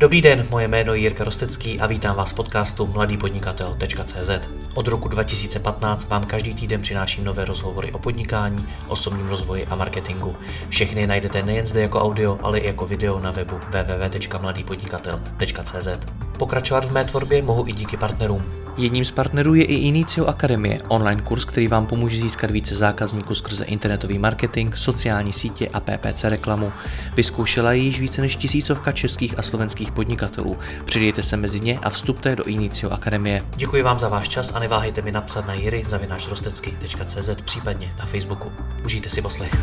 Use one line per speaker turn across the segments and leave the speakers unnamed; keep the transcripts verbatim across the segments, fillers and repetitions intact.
Dobrý den, moje jméno je Jirka Rostecký a vítám vás v podcastu mladý podnikatel tečka cé zet. Od roku dva tisíce patnáct vám každý týden přináším nové rozhovory o podnikání, osobním rozvoji a marketingu. Všechny najdete nejen zde jako audio, ale i jako video na webu w w w tečka mladý podnikatel tečka cé zet. Pokračovat v mé tvorbě mohu i díky partnerům. Jedním z partnerů je i Inicio Akademie, online kurz, který vám pomůže získat více zákazníků skrze internetový marketing, sociální sítě a P P C reklamu. Vyzkoušela ji již více než tisícovka českých a slovenských podnikatelů. Přidejte se mezi ně a vstupte do Inicio Akademie. Děkuji vám za váš čas a neváhejte mi napsat na jiry zavináč rostecky tečka cé zet, případně na Facebooku. Užijte si poslech.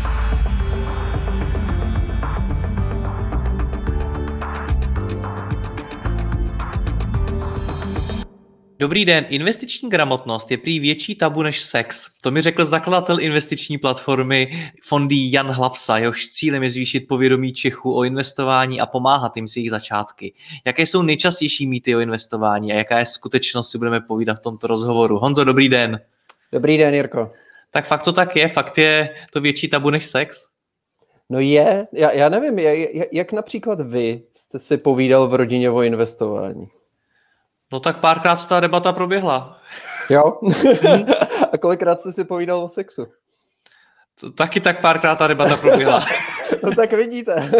Dobrý den, investiční gramotnost je prý větší tabu než sex. To mi řekl zakladatel investiční platformy Fondy Jan Hlavsa, jehož cílem je zvýšit povědomí Čechů o investování a pomáhat jim s jejich začátky. Jaké jsou nejčastější mýty o investování a jaká je skutečnost, si budeme povídat v tomto rozhovoru. Honzo, dobrý den.
Dobrý den, Jirko.
Tak fakt to tak je, fakt je to větší tabu než sex?
No je, já, já nevím, jak, jak například vy jste si povídal v rodině o investování?
No tak párkrát ta debata proběhla.
Jo? A kolikrát jste si povídal o sexu?
To, taky tak párkrát ta debata proběhla.
No tak vidíte.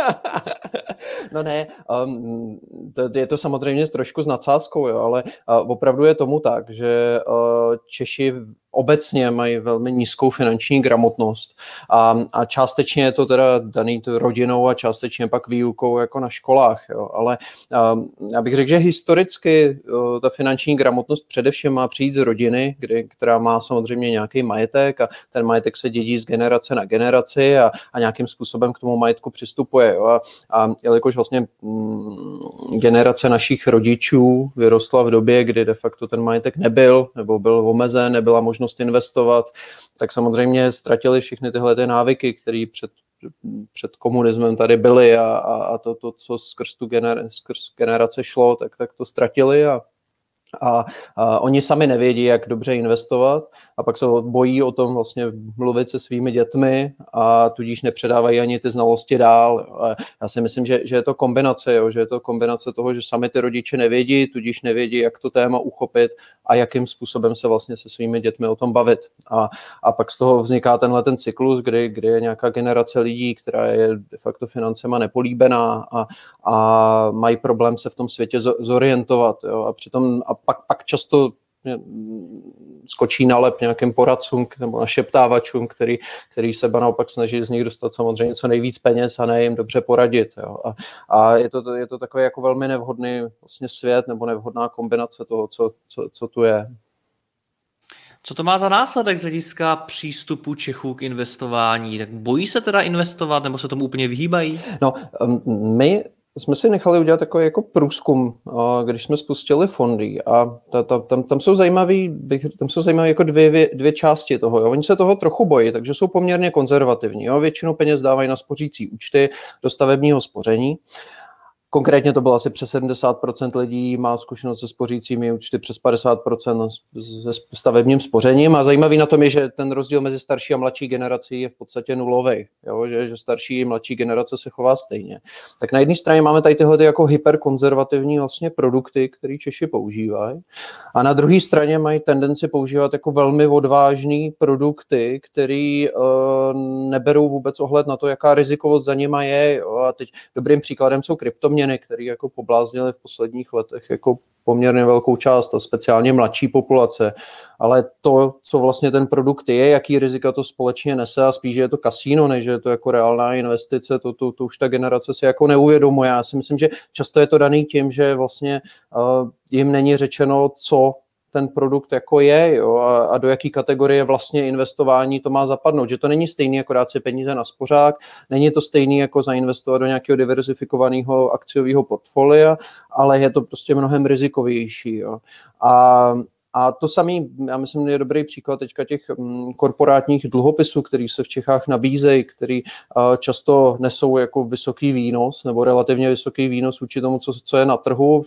No ne, um, to, je to samozřejmě trošku s nadsázkou, jo, ale uh, opravdu je tomu tak, že uh, Češi obecně mají velmi nízkou finanční gramotnost a, a částečně je to teda daný rodinou a částečně pak výukou jako na školách, jo. Ale um, já bych řekl, že historicky uh, ta finanční gramotnost především má přijít z rodiny, kdy, která má samozřejmě nějaký majetek a ten majetek se dědí z generace na generaci a, a nějakým způsobem k tomu majetku přistupuje. Jo. A, a jelikož vlastně mm, generace našich rodičů vyrostla v době, kdy de facto ten majetek nebyl nebo byl omezen, nebyla možnost investovat, tak samozřejmě ztratili všechny tyhle ty návyky, které před, před komunismem tady byly a, a, a to, to, co skrz tu gener, skrz generace šlo, tak, tak to ztratili a A, a oni sami nevědí, jak dobře investovat a pak se bojí o tom vlastně mluvit se svými dětmi a tudíž nepředávají ani ty znalosti dál. A já si myslím, že, že je to kombinace, jo, že je to kombinace toho, že sami ty rodiče nevědí, tudíž nevědí, jak to téma uchopit a jakým způsobem se vlastně se svými dětmi o tom bavit. A, a pak z toho vzniká tenhle ten cyklus, kdy, kdy je nějaká generace lidí, která je de facto financema nepolíbená a, a mají problém se v tom světě zorientovat. Jo, a přitom a Pak, pak často skočí na lep nějakým poradcům nebo našeptávačům, který, který se naopak snaží z nich dostat samozřejmě co nejvíc peněz a ne jim dobře poradit. Jo. A, a je, to, je to takový jako velmi nevhodný vlastně svět nebo nevhodná kombinace toho, co, co, co tu je.
Co to má za následek z hlediska přístupu Čechů k investování? Tak bojí se teda investovat nebo se tomu úplně vyhýbají?
No, my jsme si nechali udělat takový jako průzkum, když jsme spustili fondy a ta, ta, tam, tam jsou zajímavý, tam jsou zajímavé jako dvě, dvě části toho. Jo. Oni se toho trochu bojí, takže jsou poměrně konzervativní. Jo. Většinu peněz dávají na spořící účty do stavebního spoření. Konkrétně to bylo asi přes sedmdesát procent lidí, má zkušenost se spořícími účty, přes padesát procent se stavebním spořením. A zajímavý na tom je, že ten rozdíl mezi starší a mladší generací je v podstatě nulový, jo? Že, že starší i mladší generace se chová stejně. Tak na jedné straně máme tady tyhle jako hyperkonzervativní vlastně produkty, které Češi používají. A na druhé straně mají tendenci používat jako velmi odvážné produkty, které uh, neberou vůbec ohled na to, jaká rizikovost za nima je. Jo? A teď dobrým příkladem jsou kryptoměny, který jako pobláznili v posledních letech jako poměrně velkou část a speciálně mladší populace. Ale to, co vlastně ten produkt je, jaký rizika to společně nese a spíš, že je to kasíno, než že je to jako reálná investice, to, to, to už ta generace si jako neuvědomuje. Já si myslím, že často je to daný tím, že vlastně uh, jim není řečeno, co ten produkt jako je, jo, a, a do jaký kategorie vlastně investování to má zapadnout. Že to není stejný jako dát si peníze na spořák, není to stejný jako zainvestovat do nějakého diverzifikovaného akciového portfolia, ale je to prostě mnohem rizikovější. Jo. A A to samý, já myslím, je dobrý příklad teďka těch korporátních dluhopisů, který se v Čechách nabízejí, který často nesou jako vysoký výnos nebo relativně vysoký výnos vůči tomu, co, co je na trhu.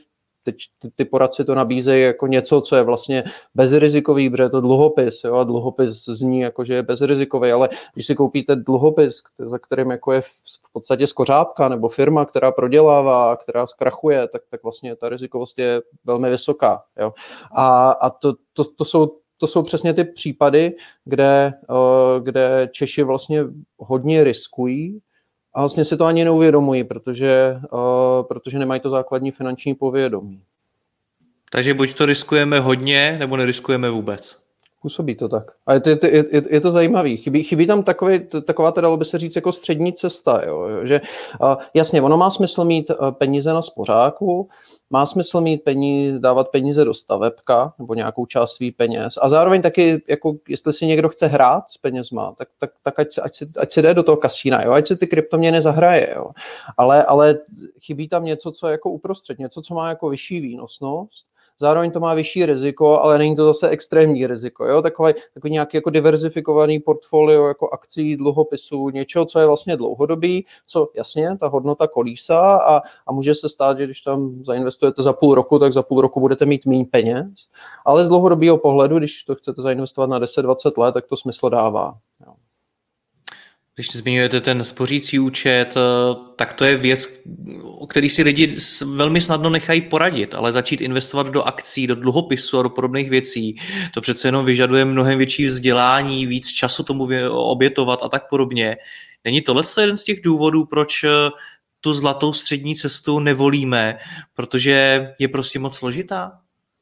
teď ty, ty poradci to nabízejí jako něco, co je vlastně bezrizikový, protože je to dluhopis, jo, a dluhopis zní jako, že je bezrizikový, ale když si koupíte dluhopis, za kterým jako je v podstatě skořápka nebo firma, která prodělává, která zkrachuje, tak, tak vlastně ta rizikovost je velmi vysoká. Jo. A, a to, to, to jsou To jsou přesně ty případy, kde, kde Češi vlastně hodně riskují a vlastně si to ani neuvědomují, protože, protože nemají to základní finanční povědomí.
Takže buď to riskujeme hodně, nebo neriskujeme vůbec.
Působí to tak. A je to, je, je, je to zajímavý. Chybí, chybí tam takový, taková, teda, dalo by se říct, jako střední cesta. Jo? Že, jasně, ono má smysl mít peníze na spořáku, má smysl mít peníze, dávat peníze do stavebka nebo nějakou část svých peněz. A zároveň taky, jako, jestli si někdo chce hrát s penězma, tak, tak, tak ať, ať, si, ať si jde do toho kasína, jo? Ať si ty kryptoměny zahraje. Jo? Ale, ale chybí tam něco, co je jako uprostřed, něco, co má jako vyšší výnosnost. Zároveň to má vyšší riziko, ale není to zase extrémní riziko. Jo? Takový, takový nějaký jako diverzifikovaný portfolio jako akcí, dluhopisů, něčeho, co je vlastně dlouhodobý, co jasně, ta hodnota kolísá a, a může se stát, že když tam zainvestujete za půl roku, tak za půl roku budete mít méně peněz. Ale z dlouhodobého pohledu, když to chcete zainvestovat na deset dvacet let, tak to smysl dává. Jo.
Když zmiňujete ten spořící účet, tak to je věc, o který si lidi velmi snadno nechají poradit, ale začít investovat do akcí, do dluhopisů a do podobných věcí, to přece jenom vyžaduje mnohem větší vzdělání, víc času tomu obětovat a tak podobně. Není tohle jeden z těch důvodů, proč tu zlatou střední cestu nevolíme, protože je prostě moc složitá?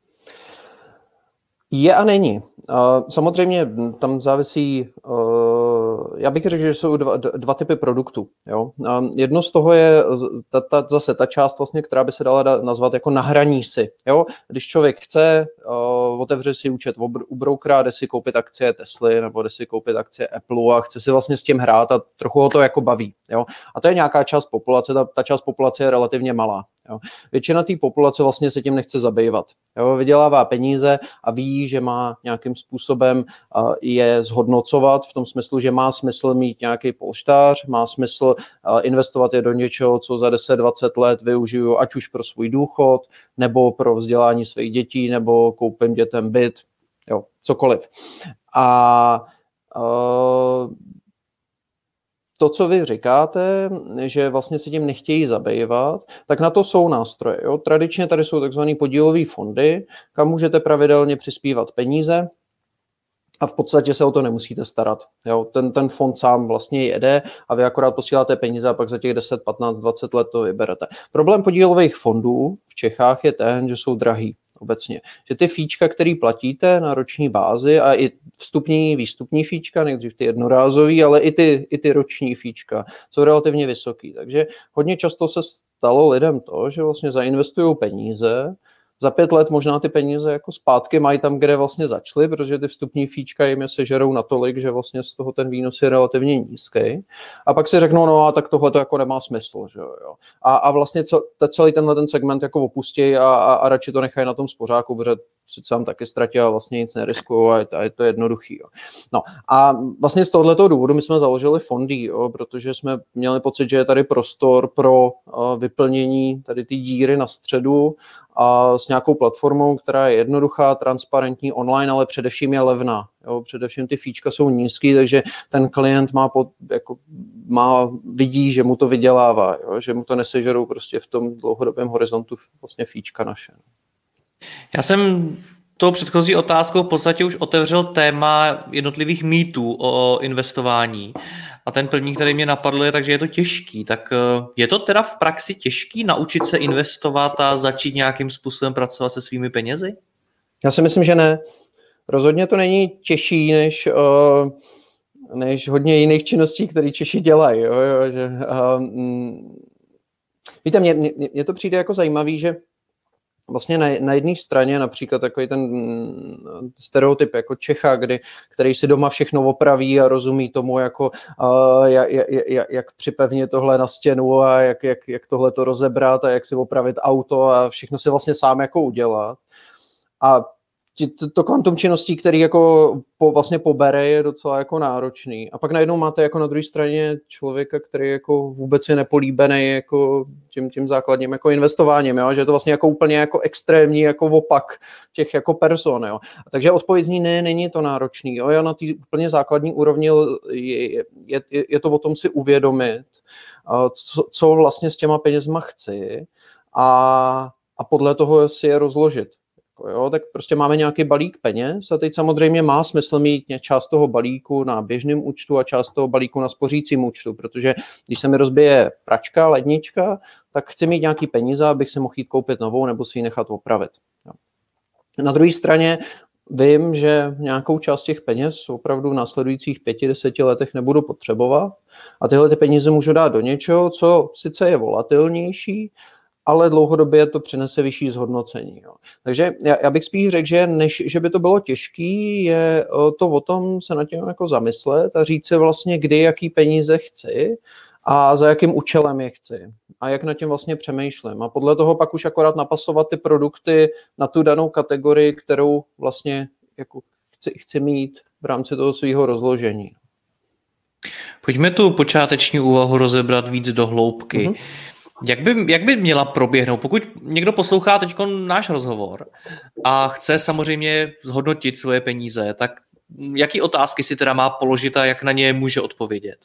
Je a není. Samozřejmě tam závisí, já bych řekl, že jsou dva, dva typy produktů. Jo? Jedno z toho je ta, ta, zase ta část, vlastně, která by se dala nazvat jako nahraní si. Jo? Když člověk chce, otevře si účet u brokera, jde si koupit akcie Tesly nebo jde si koupit akcie Apple a chce si vlastně s tím hrát a trochu ho to jako baví. Jo? A to je nějaká část populace, ta, ta část populace je relativně malá. Jo. Většina té populace vlastně se tím nechce zabývat. Jo. Vydělává peníze a ví, že má nějakým způsobem uh, je zhodnocovat v tom smyslu, že má smysl mít nějaký polštář, má smysl uh, investovat je do něčeho, co za deset dvacet let využiju, ať už pro svůj důchod, nebo pro vzdělání svých dětí, nebo koupím dětem byt, jo, cokoliv. A uh, to, co vy říkáte, že vlastně se tím nechtějí zabývat, tak na to jsou nástroje. Jo? Tradičně tady jsou takzvané podílové fondy, kam můžete pravidelně přispívat peníze a v podstatě se o to nemusíte starat. Jo? Ten, ten fond sám vlastně jede a vy akorát posíláte peníze a pak za těch deset, patnáct, dvacet let to vyberete. Problém podílových fondů v Čechách je ten, že jsou drahý. Obecně. Že ty fíčka, který platíte na roční bázi a i vstupní, výstupní fíčka, nejdřív ty jednorázový, ale i ty, i ty roční fíčka jsou relativně vysoký. Takže hodně často se stalo lidem to, že vlastně zainvestují peníze, za pět let možná ty peníze jako zpátky mají tam, kde vlastně začaly, protože ty vstupní fíčka jim je sežerou natolik, že vlastně z toho ten výnos je relativně nízký. A pak si řeknou, no a tak tohle to jako nemá smysl. Že jo? A, a vlastně co, celý tenhle ten segment jako opustí a, a, a radši to nechají na tom spořáku, protože sice tam taky ztratí a vlastně nic neriskují a je, a je to jednoduchý. Jo. No a vlastně z tohoto důvodu my jsme založili fondy, jo, protože jsme měli pocit, že je tady prostor pro uh, vyplnění tady ty díry na středu a s nějakou platformou, která je jednoduchá, transparentní, online, ale především je levná. Jo. Především ty fíčka jsou nízký, takže ten klient má, pod, jako, má vidí, že mu to vydělává, jo, že mu to nesežerou prostě v tom dlouhodobém horizontu vlastně fíčka naše.
Já jsem tou předchozí otázkou v podstatě už otevřel téma jednotlivých mýtů o investování. A ten první, který mě napadl, je takže je to těžký. Tak je to teda v praxi těžký naučit se investovat a začít nějakým způsobem pracovat se svými penězi?
Já si myslím, že ne. Rozhodně to není těžší než, uh, než hodně jiných činností, které Češi dělají. Jo, jo, že, uh, mm, víte, mně, mně, mně to přijde jako zajímavý, že vlastně na, na jedné straně například takový ten stereotyp jako Čecha, kdy, který si doma všechno opraví a rozumí tomu, jako, uh, jak, jak, jak připevnit tohle na stěnu a jak, jak, jak tohle to rozebrat a jak si opravit auto a všechno si vlastně sám jako udělat. A to, to kvantum činností, který jako po, vlastně pobere, je docela jako náročný. A pak najednou máte jako na druhé straně člověka, který jako vůbec je nepolíbený jako tím, tím základním jako investováním, jo? Že je to vlastně jako úplně jako extrémní jako opak těch jako person. Jo? A takže odpověď zní, ne, není to náročný. Jo? Já na té úplně základní úrovni je, je, je, je to o tom si uvědomit, co, co vlastně s těma penězma chci a, a podle toho si je rozložit. Jo, tak prostě máme nějaký balík peněz a teď samozřejmě má smysl mít část toho balíku na běžném účtu a část toho balíku na spořícím účtu, protože když se mi rozbije pračka, lednička, tak chci mít nějaký peníze, abych si mohl jít koupit novou nebo si ji nechat opravit. Jo. Na druhé straně vím, že nějakou část těch peněz opravdu v následujících pěti, deseti letech nebudu potřebovat a tyhle ty peníze můžu dát do něčeho, co sice je volatilnější, ale dlouhodobě to přinese vyšší zhodnocení. Jo. Takže já, já bych spíš řekl, že než že by to bylo těžký, je to o tom se nad tím jako zamyslet a říct si vlastně, kdy jaký peníze chci a za jakým účelem je chci a jak nad tím vlastně přemýšlím. A podle toho pak už akorát napasovat ty produkty na tu danou kategorii, kterou vlastně jako chci, chci mít v rámci toho svého rozložení.
Pojďme tu počáteční úvahu rozebrat víc do hloubky. Mm-hmm. Jak by, jak by měla proběhnout, pokud někdo poslouchá teď náš rozhovor a chce samozřejmě zhodnotit svoje peníze, tak jaký otázky si teda má položit a jak na ně může odpovědět?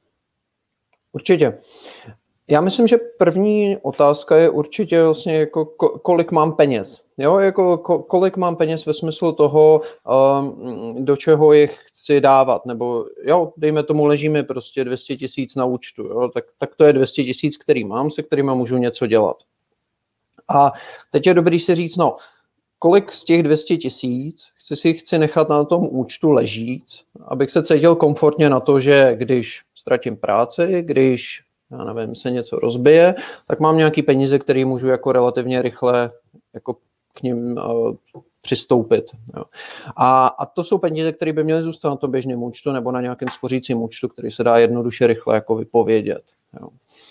Určitě. Já myslím, že první otázka je určitě vlastně jako kolik mám peněz. Jo, jako kolik mám peněz ve smyslu toho, um, do čeho je chci dávat, nebo jo, dejme tomu, leží mi prostě dvě stě tisíc na účtu, jo, tak, tak to je dvě stě tisíc, který mám, se kterýma můžu něco dělat. A teď je dobrý si říct, no, kolik z těch dvě stě tisíc chci si chci nechat na tom účtu ležít, abych se cítil komfortně na to, že když ztratím práci, když já nevím, se něco rozbije, tak mám nějaký peníze, které můžu jako relativně rychle jako k nim uh, přistoupit. Jo. A, a to jsou peníze, které by měly zůstat na tom běžném účtu nebo na nějakém spořícím účtu, který se dá jednoduše rychle jako vypovědět. Jo.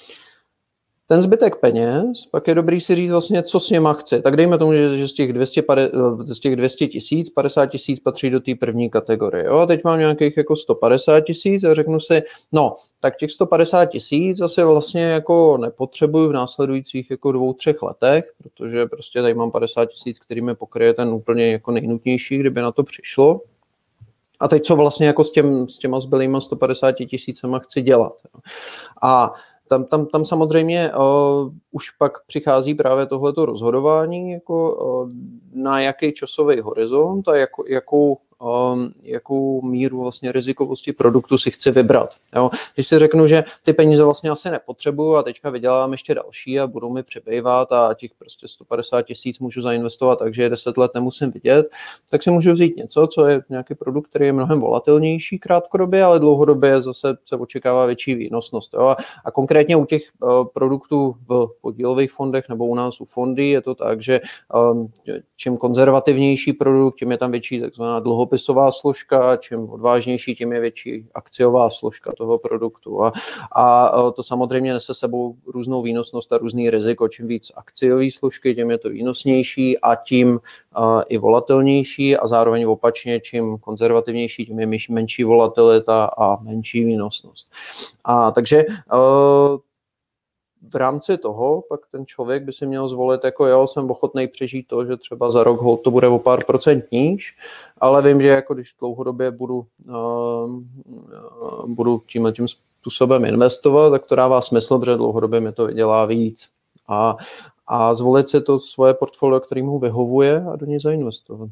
Ten zbytek peněz, pak je dobrý si říct vlastně, co s něma chci. Tak dejme tomu, že, že z těch dvě stě tisíc, padesát tisíc patří do té první kategorie. Jo? A teď mám nějakých jako sto padesát tisíc a řeknu si, no, tak těch sto padesát tisíc asi vlastně jako nepotřebuju v následujících jako dvou, třech letech, protože prostě tady mám padesát tisíc, který mi pokryje ten úplně jako nejnutnější, kdyby na to přišlo. A teď co vlastně jako s, těm, s těma zbylýma sto padesát tisícema chci dělat. Jo? A Tam, tam, tam samozřejmě uh, už pak přichází právě tohleto rozhodování, jako, uh, na jaký časový horizont a jako, jakou, um, jakou míru vlastně rizikovosti produktu si chci vybrat. Jo? Když si řeknu, že ty peníze vlastně asi nepotřebuju a teďka vydělám ještě další a budou mi přibývat a těch prostě sto padesát tisíc můžu zainvestovat, takže deset let nemusím vidět, tak si můžu vzít něco, co je nějaký produkt, který je mnohem volatilnější krátkodobě, ale dlouhodobě zase se očekává větší výnosnost. Jo? A, a konkrétně u těch uh, produktů v podílových fondech nebo u nás u fondy je to tak, že um, čím konzervativnější produkt, tím je tam větší takzvaná dluhopisová složka, čím odvážnější, tím je větší akciová složka toho produktu. A, a to samozřejmě nese sebou různou výnosnost a různý riziko. Čím víc akciové složky, tím je to výnosnější a tím uh, i volatilnější a zároveň opačně, čím konzervativnější, tím je menší volatilita a menší výnosnost. A takže uh, v rámci toho pak ten člověk by si měl zvolit, jako jo, jsem ochotný přežít to, že třeba za rok hold to bude o pár procent níž, ale vím, že jako když dlouhodobě budu, uh, budu tímhle tím způsobem investovat, tak to dává smysl, protože dlouhodobě mi to vydělá víc. A, a zvolit si to svoje portfolio, který mu vyhovuje a do něj zainvestovat.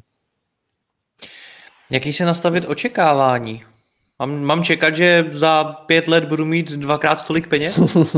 Jaký se nastavit očekávání? Mám, mám čekat, že za pět let budu mít dvakrát tolik peněz?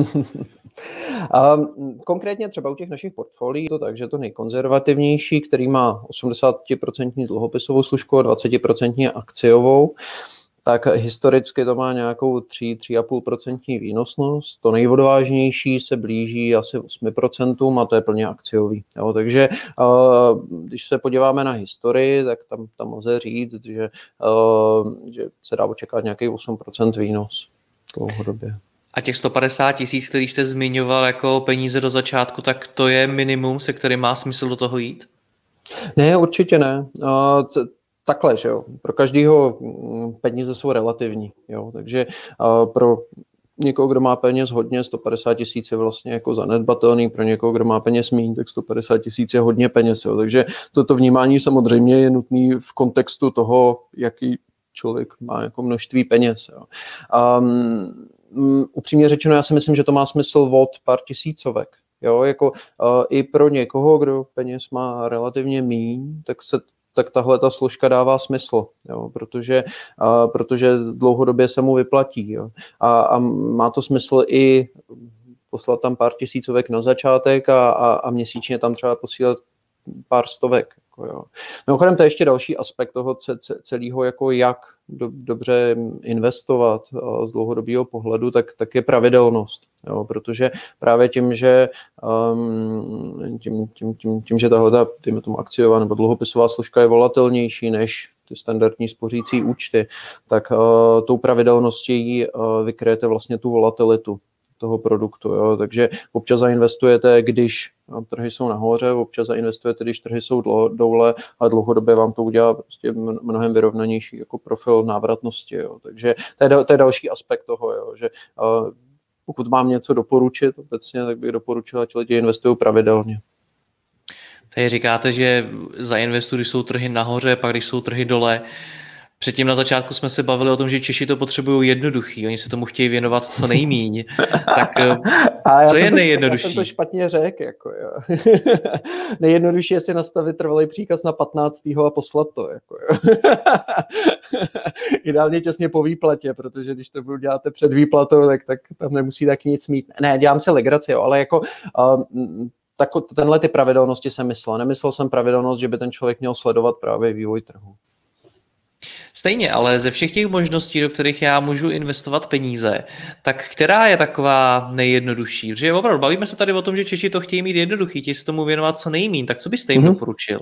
Um, konkrétně třeba u těch našich portfolií to tak, že to nejkonzervativnější, který má osmdesát procent dluhopisovou složku a dvacet procent akciovou, tak historicky to má nějakou tři až tři celá pět procenta výnosnost. To nejodvážnější se blíží asi osm procent a to je plně akciový. Jo, takže uh, když se podíváme na historii, tak tam, tam lze říct, že, uh, že se dá očekávat nějaký osm procent výnos dlouhodobě.
A těch sto padesát tisíc, který jste zmiňoval jako peníze do začátku, tak to je minimum, se kterým má smysl do toho jít?
Ne, určitě ne. Uh, takhle, že jo. Pro každého peníze jsou relativní, jo. Takže uh, pro někoho, kdo má peněz hodně, sto padesát tisíc je vlastně jako zanedbatelný, pro někoho, kdo má peněz míň, tak sto padesát tisíc je hodně peněz, jo. Takže toto vnímání samozřejmě je nutné v kontextu toho, jaký člověk má jako množství peněz, jo. Um, upřímně řečeno, já si myslím, že to má smysl od pár tisícovek. Jo, jako uh, i pro někoho, kdo peněz má relativně míň, tak se tak tahle ta složka dává smysl, jo, protože, uh, protože dlouhodobě se mu vyplatí. Jo. A, a má to smysl i poslat tam pár tisícovek na začátek a, a, a měsíčně tam třeba posílat pár stovek. Jako jo. Mimochodem to je ještě další aspekt toho celého, jako jak do, dobře investovat z dlouhodobého pohledu, tak, tak je pravidelnost. Jo, protože právě tím, že um, tím, tím, tím, tím, že tahle dejme tomu akciová nebo dluhopisová složka je volatilnější než ty standardní spořící účty, tak uh, tou pravidelností uh, vykryjete vlastně tu volatilitu toho produktu. Jo. Takže občas zainvestujete, když trhy jsou nahoře, občas zainvestujete, když trhy jsou dole, a dlouhodobě vám to udělá prostě mnohem vyrovnanější jako profil návratnosti. Jo. Takže to je, to je další aspekt toho, jo, že uh, pokud mám něco doporučit obecně, tak bych doporučil, ať lidi investují pravidelně.
Tady říkáte, že zainvestují, když jsou trhy nahoře, pak když jsou trhy dole. Předtím na začátku jsme se bavili o tom, že Češi to potřebují jednoduchý, oni se tomu chtějí věnovat co nejmíň. Tak
a
co je
to,
nejjednodušší?
Já jsem to špatně řekl. Jako, jo. Nejjednodušší je si nastavit trvalý příkaz na patnáctého a poslat to. Jako, jo. Ideálně těsně po výplatě, protože když to budu děláte před výplatou, tak, tak tam nemusí taky nic mít. Ne, dělám si legraci, jo, ale jako... Um, tak tenhle ty pravidelnosti jsem myslel. Nemyslel jsem pravidelnost, že by ten člověk měl sledovat právě vývoj trhu.
Stejně, ale ze všech těch možností, do kterých já můžu investovat peníze, tak která je taková nejjednodušší? Protože opravdu bavíme se tady o tom, že Češi to chtějí mít jednoduchý, chtějí se tomu věnovat co nejmín, tak co byste jim mm-hmm. doporučil?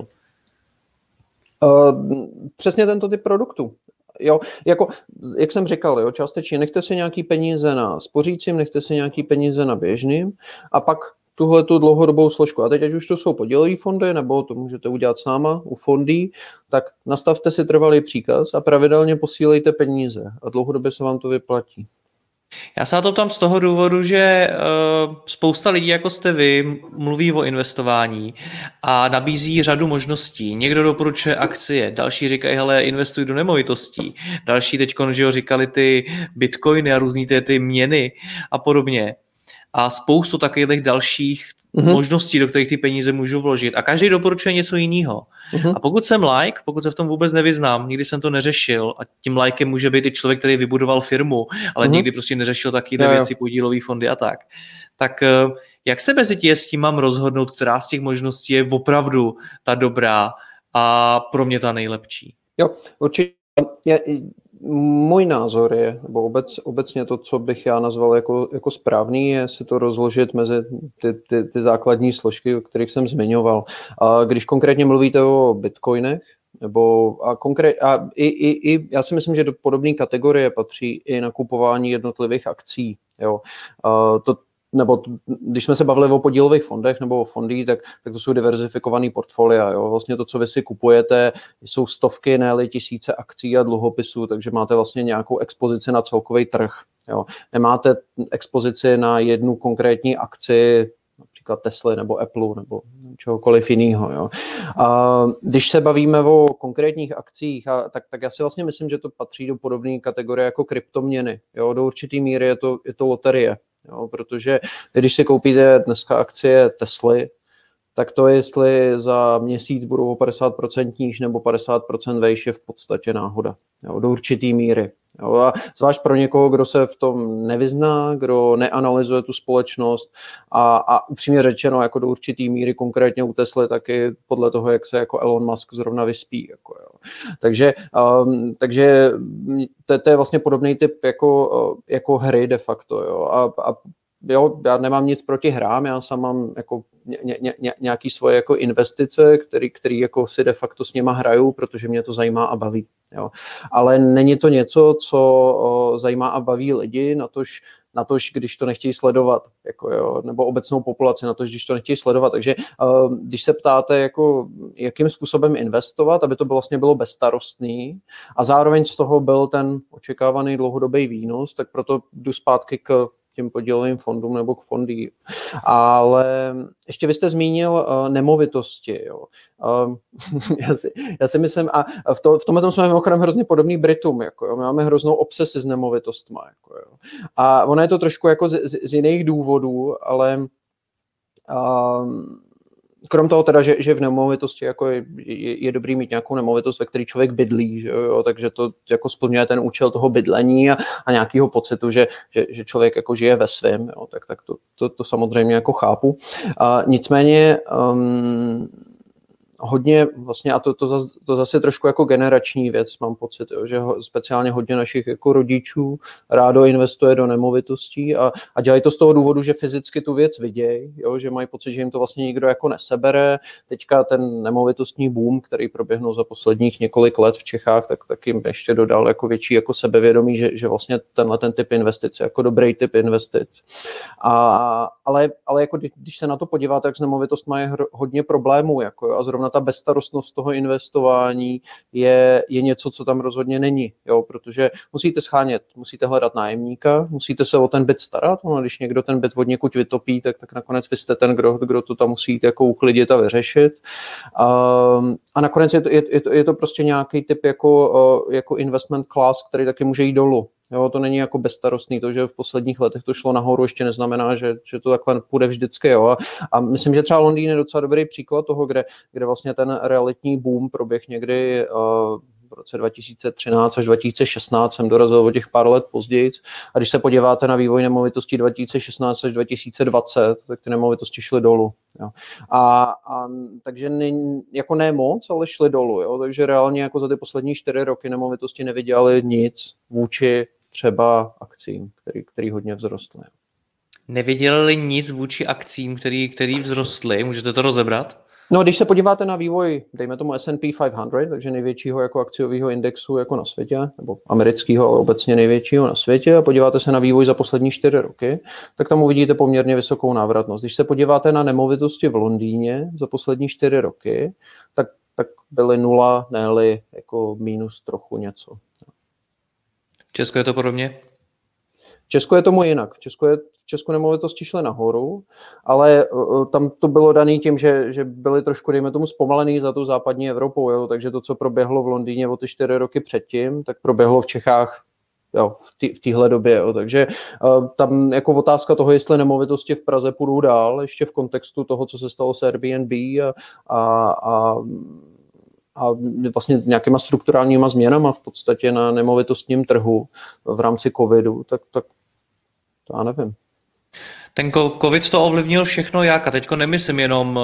Uh, přesně tento typ produktů. Jo, jako, jak jsem říkal, jo, částečně nechte si nějaký peníze na spořícím, nechte si nějaký peníze na běžným a pak tuhle tu dlouhodobou složku. A teď, ať už to jsou podílové fondy, nebo to můžete udělat s náma u fondí, tak nastavte si trvalý příkaz a pravidelně posílejte peníze a dlouhodobě se vám to vyplatí.
Já se na to ptám z toho důvodu, že uh, spousta lidí, jako jste vy, mluví o investování a nabízí řadu možností. Někdo doporučuje akcie, další říkají, hele, investuj do nemovitostí, další teď říkali ty bitcoiny a různý ty, ty měny a podobně. A spoustu takových dalších mm-hmm. možností, do kterých ty peníze můžu vložit. A každý doporučuje něco jiného. Mm-hmm. A pokud jsem like, pokud se v tom vůbec nevyznám, nikdy jsem to neřešil, a tím likem může být i člověk, který vybudoval firmu, ale mm-hmm. nikdy prostě neřešil takovéhle věci, podílové fondy a tak. Tak jak se mezi tím s tím mám rozhodnout, která z těch možností je opravdu ta dobrá a pro mě ta nejlepší?
Jo, určitě. Já, můj názor je, nebo obec, obecně to, co bych já nazval jako, jako správný, je si to rozložit mezi ty, ty, ty základní složky, o kterých jsem zmiňoval. A když konkrétně mluvíte o bitcoinech, nebo a, konkrét, a i, i, i, já si myslím, že do podobné kategorie patří i nakupování jednotlivých akcí. Jo. A to nebo když jsme se bavili o podílových fondech nebo o fondy, tak, tak to jsou diverzifikovaný portfolia. Jo. Vlastně to, co vy si kupujete, jsou stovky, ne-li tisíce akcí a dluhopisů, takže máte vlastně nějakou expozici na celkový trh. Jo. Nemáte expozici na jednu konkrétní akci, například Tesly nebo Apple nebo čehokoliv jiného. Jo. A když se bavíme o konkrétních akcích, a, tak, tak já si vlastně myslím, že to patří do podobné kategorie jako kryptoměny. Jo. Do určitý míry je to, je to loterie. Jo, protože když si koupíte dneska akcie Tesly, tak to, jestli za měsíc budou o padesát procent níž nebo padesát procent vejš, je v podstatě náhoda. Jo, do určitý míry. Jo, a zvlášť pro někoho, kdo se v tom nevyzná, kdo neanalyzuje tu společnost a, a upřímně řečeno, jako do určitý míry konkrétně u Tesly, taky podle toho, jak se jako Elon Musk zrovna vyspí. Jako, jo. Takže, um, takže to, to je vlastně podobný typ jako, jako hry de facto. Jo. A, a jo, já nemám nic proti hrám, já sám mám jako ně, ně, ně, nějaký svoje jako investice, který, který jako si de facto s něma hraju, protože mě to zajímá a baví. Jo. Ale není to něco, co o, zajímá a baví lidi, natož na to, když to nechtějí sledovat, jako jo, nebo obecnou populaci na to, když to nechtějí sledovat. Takže uh, když se ptáte, jako, jakým způsobem investovat, aby to vlastně bylo bezstarostný a zároveň z toho byl ten očekávaný dlouhodobý výnos, tak proto jdu zpátky k těm podílovým fondům nebo k fondům. Ale ještě vy jste zmínil uh, nemovitosti. Jo. Uh, já, si, já si myslím, a v, to, v tomhle tom jsme mimochodem hrozně podobný Britům. Jako, jo. My máme hroznou obsesi s nemovitostma. Jako, jo. A ono je to trošku jako z, z, z jiných důvodů, ale uh, krom toho teda, že, že v nemovitosti jako je, je, je dobrý mít nějakou nemovitost, ve které člověk bydlí, že jo, takže to jako splňuje ten účel toho bydlení a, a nějakého pocitu, že, že, že člověk jako žije ve svém, jo, tak, tak to, to, to samozřejmě jako chápu. A nicméně um, hodně vlastně, a to, to, zase, to zase trošku jako generační věc, mám pocit, jo, že ho, speciálně hodně našich jako rodičů rádo investuje do nemovitostí a, a dělají to z toho důvodu, že fyzicky tu věc vidějí, jo, že mají pocit, že jim to vlastně nikdo jako nesebere. Teďka ten nemovitostní boom, který proběhnul za posledních několik let v Čechách, tak, tak jim ještě dodal jako větší jako sebevědomí, že, že vlastně tenhle ten typ investic je jako dobrý typ investic. A, ale, ale jako když se na to podíváte, tak s nemovitostmi je hodně problémů jako, a zrovna ta bezstarostnost toho investování je, je něco, co tam rozhodně není, jo, protože musíte schánět, musíte hledat nájemníka, musíte se o ten byt starat, no, když někdo ten byt od někud vytopí, tak, tak nakonec vy jste ten, kdo, kdo to tam musí jako uklidit a vyřešit. A, a nakonec je to, je, je, to, je to prostě nějaký typ jako, jako investment class, který taky může jít dolů. Jo, to není jako bezstarostný, to, že v posledních letech to šlo nahoru, ještě neznamená, že, že to takhle půjde vždycky. Jo. A, a myslím, že třeba Londýn je docela dobrý příklad toho, kde, kde vlastně ten realitní boom proběh někdy uh, v roce dva tisíce třináct až dva tisíce šestnáct, jsem dorazil o těch pár let později. A když se podíváte na vývoj nemovitostí dva tisíce šestnáct až dva tisíce dvacet, tak ty nemovitosti šly dolů. Jo. A, a takže ne, jako ne moc, ale šly dolů. Jo. Takže reálně jako za ty poslední čtyři roky nemovitosti nevydělaly nic vůči třeba akcím, který, který hodně vzrostly.
Nevydělali nic vůči akcím, který, který vzrostly. Můžete to rozebrat?
No, když se podíváte na vývoj, dejme tomu S and P pět set, takže největšího jako akciového indexu jako na světě, nebo amerického, ale obecně největšího na světě, a podíváte se na vývoj za poslední čtyři roky, tak tam uvidíte poměrně vysokou návratnost. Když se podíváte na nemovitosti v Londýně za poslední čtyři roky, tak, tak byly nula, ne-li jako mínus trochu něco.
V Česku je to podobně?
V Česku je tomu jinak. V Česku, je, v Česku nemovitosti šly nahoru, ale uh, tam to bylo dané tím, že, že byly trošku, dejme tomu, zpomalený za tu západní Evropou, jo? Takže to, co proběhlo v Londýně o ty čtyři roky předtím, tak proběhlo v Čechách jo, v téhle době. Jo? Takže uh, tam jako otázka toho, jestli nemovitosti v Praze půjdou dál, ještě v kontextu toho, co se stalo s Airbnb a, a, a a vlastně nějakýma strukturálníma změnama v podstatě na nemovitostním trhu v rámci covidu, tak, tak to já nevím.
Ten covid to ovlivnil všechno jak? A teďko nemyslím jenom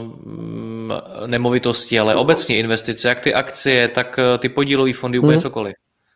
uh, nemovitosti, ale obecně investice, jak ty akcie, tak ty podílové fondy, úplně hmm. cokoliv.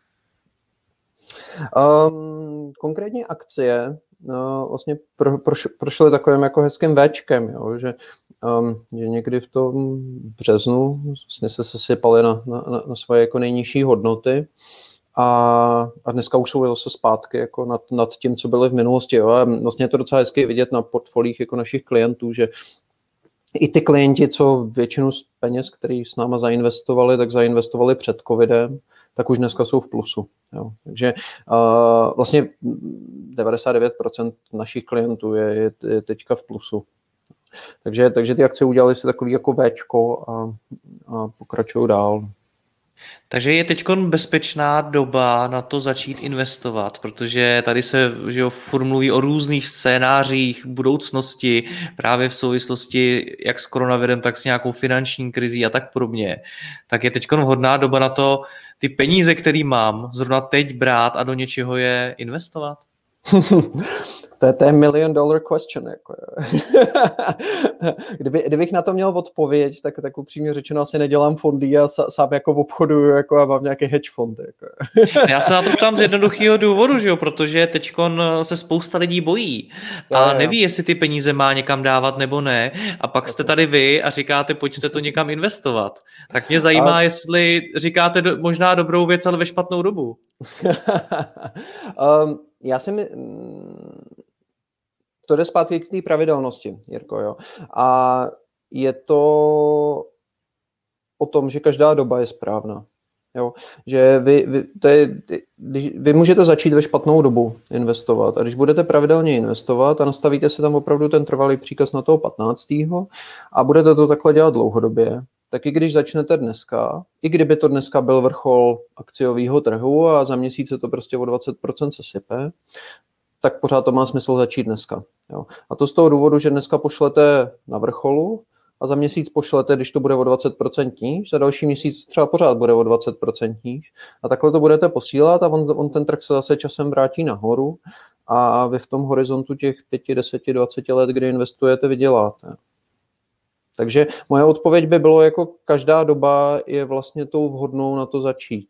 Um, konkrétně akcie no, vlastně pro, pro, prošly takovým jako hezkým véčkem, jo, že, um, že někdy v tom březnu vlastně se sesypaly na, na, na svoje jako nejnižší hodnoty a, a dneska už jsou zase zpátky jako nad, nad tím, co byly v minulosti. Jo. A vlastně je to docela hezky vidět na portfoliích jako našich klientů, že i ty klienti, co většinu z peněz, který s náma zainvestovali, tak zainvestovali před covidem, tak už dneska jsou v plusu. Jo. Takže uh, vlastně devadesát devět procent našich klientů je, je, je teďka v plusu. Takže, takže ty akcie udělaly si takový jako véčko a, a pokračují dál.
Takže je teď bezpečná doba na to začít investovat, protože tady se že jo, furt mluví o různých scénářích budoucnosti, právě v souvislosti jak s koronavirem, tak s nějakou finanční krizí a tak podobně. Tak je teď vhodná doba na to ty peníze, které mám, zrovna teď brát a do něčeho je investovat?
To je ten million dollar question. Jako. Kdyby, kdybych na to měl odpověď, tak, tak upřímně řečeno asi nedělám fondy a sám jako obchoduju jako a mám nějaké hedge fondy. Jako. Já
se na to ptám z jednoduchého důvodu, že jo? Protože teďkon se spousta lidí bojí a neví, jestli ty peníze má někam dávat nebo ne. A pak jste tady vy a říkáte, pojďte to někam investovat. Tak mě zajímá, a... jestli říkáte do, možná dobrou věc, ale ve špatnou dobu.
um, já si my... To jde zpátky k té pravidelnosti, Jirko, jo. A je to o tom, že každá doba je správná. Jo, že vy, vy, to je, vy můžete začít ve špatnou dobu investovat a když budete pravidelně investovat a nastavíte si tam opravdu ten trvalý příkaz na toho patnáctého a budete to takhle dělat dlouhodobě, tak i když začnete dneska, i kdyby to dneska byl vrchol akciového trhu a za měsíc se to prostě o dvacet procent sesype, tak pořád to má smysl začít dneska. Jo. A to z toho důvodu, že dneska pošlete na vrcholu a za měsíc pošlete, když to bude o dvacet procent níž, za další měsíc třeba pořád bude o dvacet procent níž. A takhle to budete posílat a on, on ten trh se zase časem vrátí nahoru a vy v tom horizontu těch pět, deset, dvacet let, kdy investujete, vyděláte. Takže moje odpověď by bylo, jako každá doba je vlastně tou vhodnou na to začít.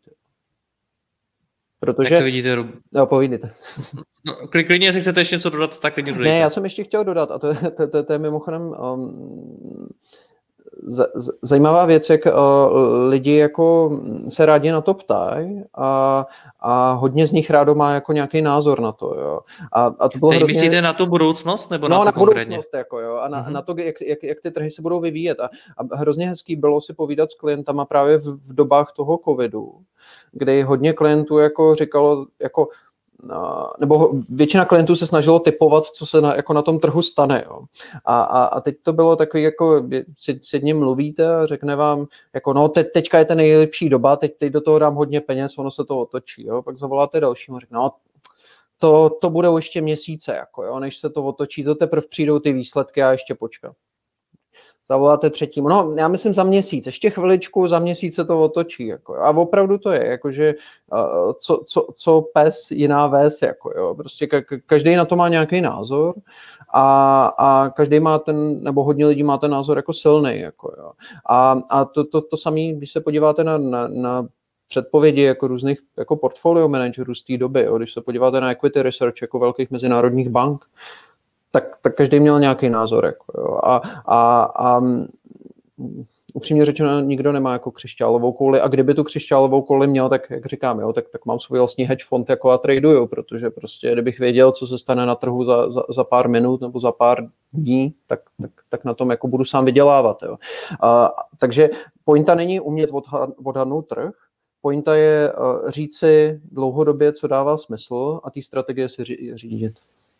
Protože...
Jak to vidíte, Rub?
No, povídejte.
No, klidně, jestli chcete ještě něco dodat, tak klidně dodejte.
Ne, já jsem ještě chtěl dodat, a to je, to, to, to je mimochodem um, z, z, zajímavá věc, jak uh, lidi jako se rádi na to ptají a, a hodně z nich rádo má jako nějaký názor na to. Jo. A, a to bylo
Teď
hrozně...
myslíte na tu budoucnost, nebo
no,
na co
na
konkrétně?
budoucnost, jako, jo, a na,
mm-hmm.
na to, jak, jak, jak ty trhy se budou vyvíjet. A, a hrozně hezký bylo si povídat s klientama právě v, v dobách toho covidu, kdy hodně klientů jako říkalo, jako nebo většina klientů se snažilo typovat, co se na, jako na tom trhu stane. Jo. A, a, a teď to bylo takový, jako si, s jedním mluvíte a řekne vám, jako no te, teďka je ta nejlepší doba, teď, teď do toho dám hodně peněz, ono se to otočí. Jo. Pak zavoláte dalšímu a řekne, no to, to budou ještě měsíce, jako, jo, než se to otočí, to teprve přijdou ty výsledky a ještě počkat. Zavoláte třetímu, no já myslím za měsíc, ještě chviličku, za měsíc se to otočí, jako, a opravdu to je, jakože uh, co, co, co pes, jiná ves, jako, jo, prostě ka- každý na to má nějaký názor a, a každý má ten, nebo hodně lidí má ten názor jako silný, jako, jo, a, a to, to, to samé, když se podíváte na, na, na předpovědi jako různých jako portfolio managerů z té doby, jo, když se podíváte na equity research jako velkých mezinárodních bank, Tak, tak každý měl nějaký názor. Jako, jo. A, a, a upřímně řečeno, nikdo nemá jako křišťálovou kouli a kdyby tu křišťálovou kouli měl, tak jak říkám, jo, tak, tak mám svůj vlastní hedge fond jako a traduju, protože prostě kdybych věděl, co se stane na trhu za, za, za pár minut nebo za pár dní, tak, tak, tak na tom jako budu sám vydělávat. Jo. A, takže pointa není umět odhadnout trh, pointa je uh, říct si dlouhodobě, co dává smysl a té strategie si řídit.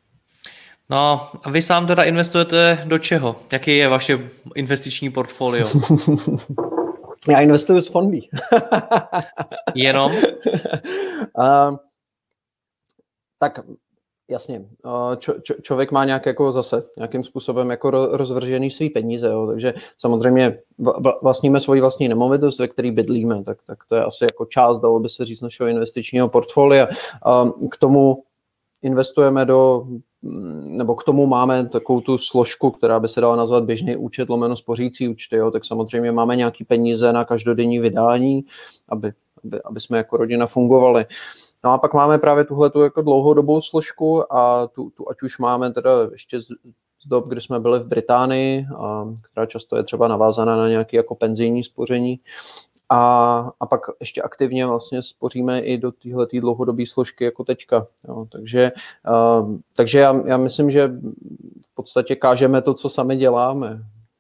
No a vy sám teda investujete do čeho? Jaký je vaše investiční portfolio?
Já investuju z fondů.
Jenom?
uh, tak jasně, čo, čo, člověk má nějak jako zase nějakým způsobem jako rozvržený svý peníze, jo, takže samozřejmě vlastníme svoji vlastní nemovitost, ve který bydlíme, tak, tak to je asi jako část, dalo by se říct, našeho investičního portfolia. Uh, k tomu investujeme do, nebo k tomu máme takovou tu složku, která by se dala nazvat běžný účet lomeno spořící účty, jo, tak samozřejmě máme nějaký peníze na každodenní vydání, aby, aby, aby jsme jako rodina fungovali. No a pak máme právě tuhletu jako dlouhodobou složku a tu, tu ať už máme teda ještě z, z dob, kdy jsme byli v Británii, a, která často je třeba navázaná na nějaké jako penzijní spoření, A, a pak ještě aktivně vlastně spoříme i do téhletý dlouhodobé složky jako teďka. Jo, takže uh, takže já, já myslím, že v podstatě kážeme to, co sami děláme.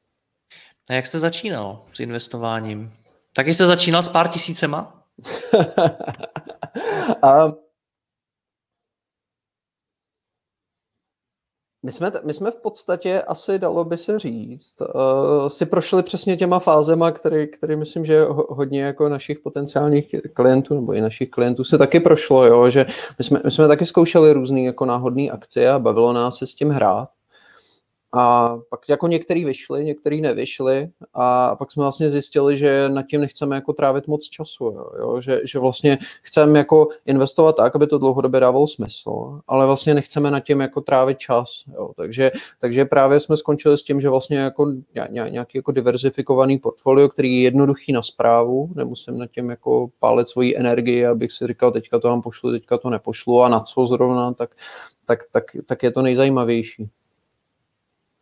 A jak jste začínal s investováním? Taky jste začínal s pár tisícema?
uh, My jsme, my jsme v podstatě, asi dalo by se říct, uh, si prošli přesně těma fázema, který, který myslím, že hodně jako našich potenciálních klientů, nebo i našich klientů se taky prošlo, jo, že my jsme, my jsme taky zkoušeli různý jako náhodný akcie a bavilo nás se s tím hrát. A pak jako některý vyšli, některý nevyšli a pak jsme vlastně zjistili, že nad tím nechceme jako trávit moc času, jo, jo? Že, že vlastně chceme jako investovat tak, aby to dlouhodobě dávalo smysl, ale vlastně nechceme nad tím jako trávit čas, jo? Takže, takže právě jsme skončili s tím, že vlastně jako nějaký jako diverzifikovaný portfolio, který je jednoduchý na správu, nemusím nad tím jako pálit svoji energii, abych si říkal, teďka to vám pošlu, teďka to nepošlu a na co zrovna, tak, tak, tak, tak je to nejzajímavější.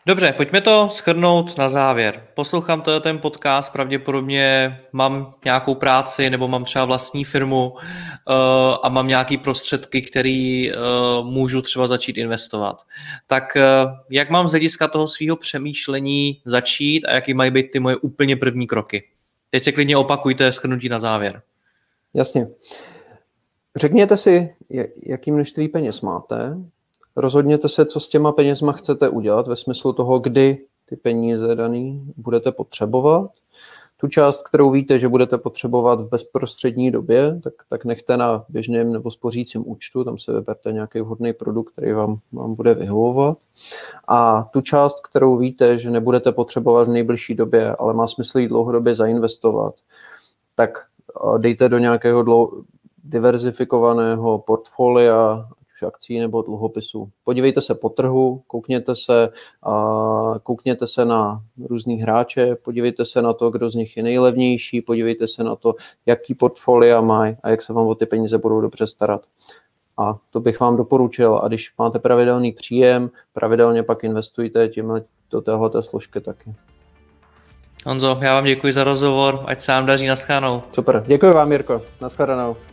Dobře, pojďme to shrnout na závěr. Poslouchám to, ten podcast, pravděpodobně mám nějakou práci nebo mám třeba vlastní firmu uh, a mám nějaké prostředky, které uh, můžu třeba začít investovat. Tak uh, jak mám z hlediska toho svého přemýšlení začít a jaký mají být ty moje úplně první kroky? Teď se klidně opakujte shrnutí na závěr.
Jasně. Řekněte si, jaký množství peněz máte, rozhodněte se, co s těma penězma chcete udělat ve smyslu toho, kdy ty peníze daný budete potřebovat. Tu část, kterou víte, že budete potřebovat v bezprostřední době, tak, tak nechte na běžném nebo spořícím účtu, tam se vyberte nějaký vhodný produkt, který vám, vám bude vyhovovat. A tu část, kterou víte, že nebudete potřebovat v nejbližší době, ale má smysl ji dlouhodobě zainvestovat, tak dejte do nějakého dlou, diverzifikovaného portfolia, akcí nebo dluhopisů. Podívejte se po trhu, koukněte se, a koukněte se na různý hráče, podívejte se na to, kdo z nich je nejlevnější, podívejte se na to, jaký portfolia mají a jak se vám o ty peníze budou dobře starat. A to bych vám doporučil. A když máte pravidelný příjem, pravidelně pak investujte tímhle do téhleté složky taky.
Honzo, já vám děkuji za rozhovor, ať se vám daří, naschledanou.
Super, děkuji vám, Jirko, naschledanou.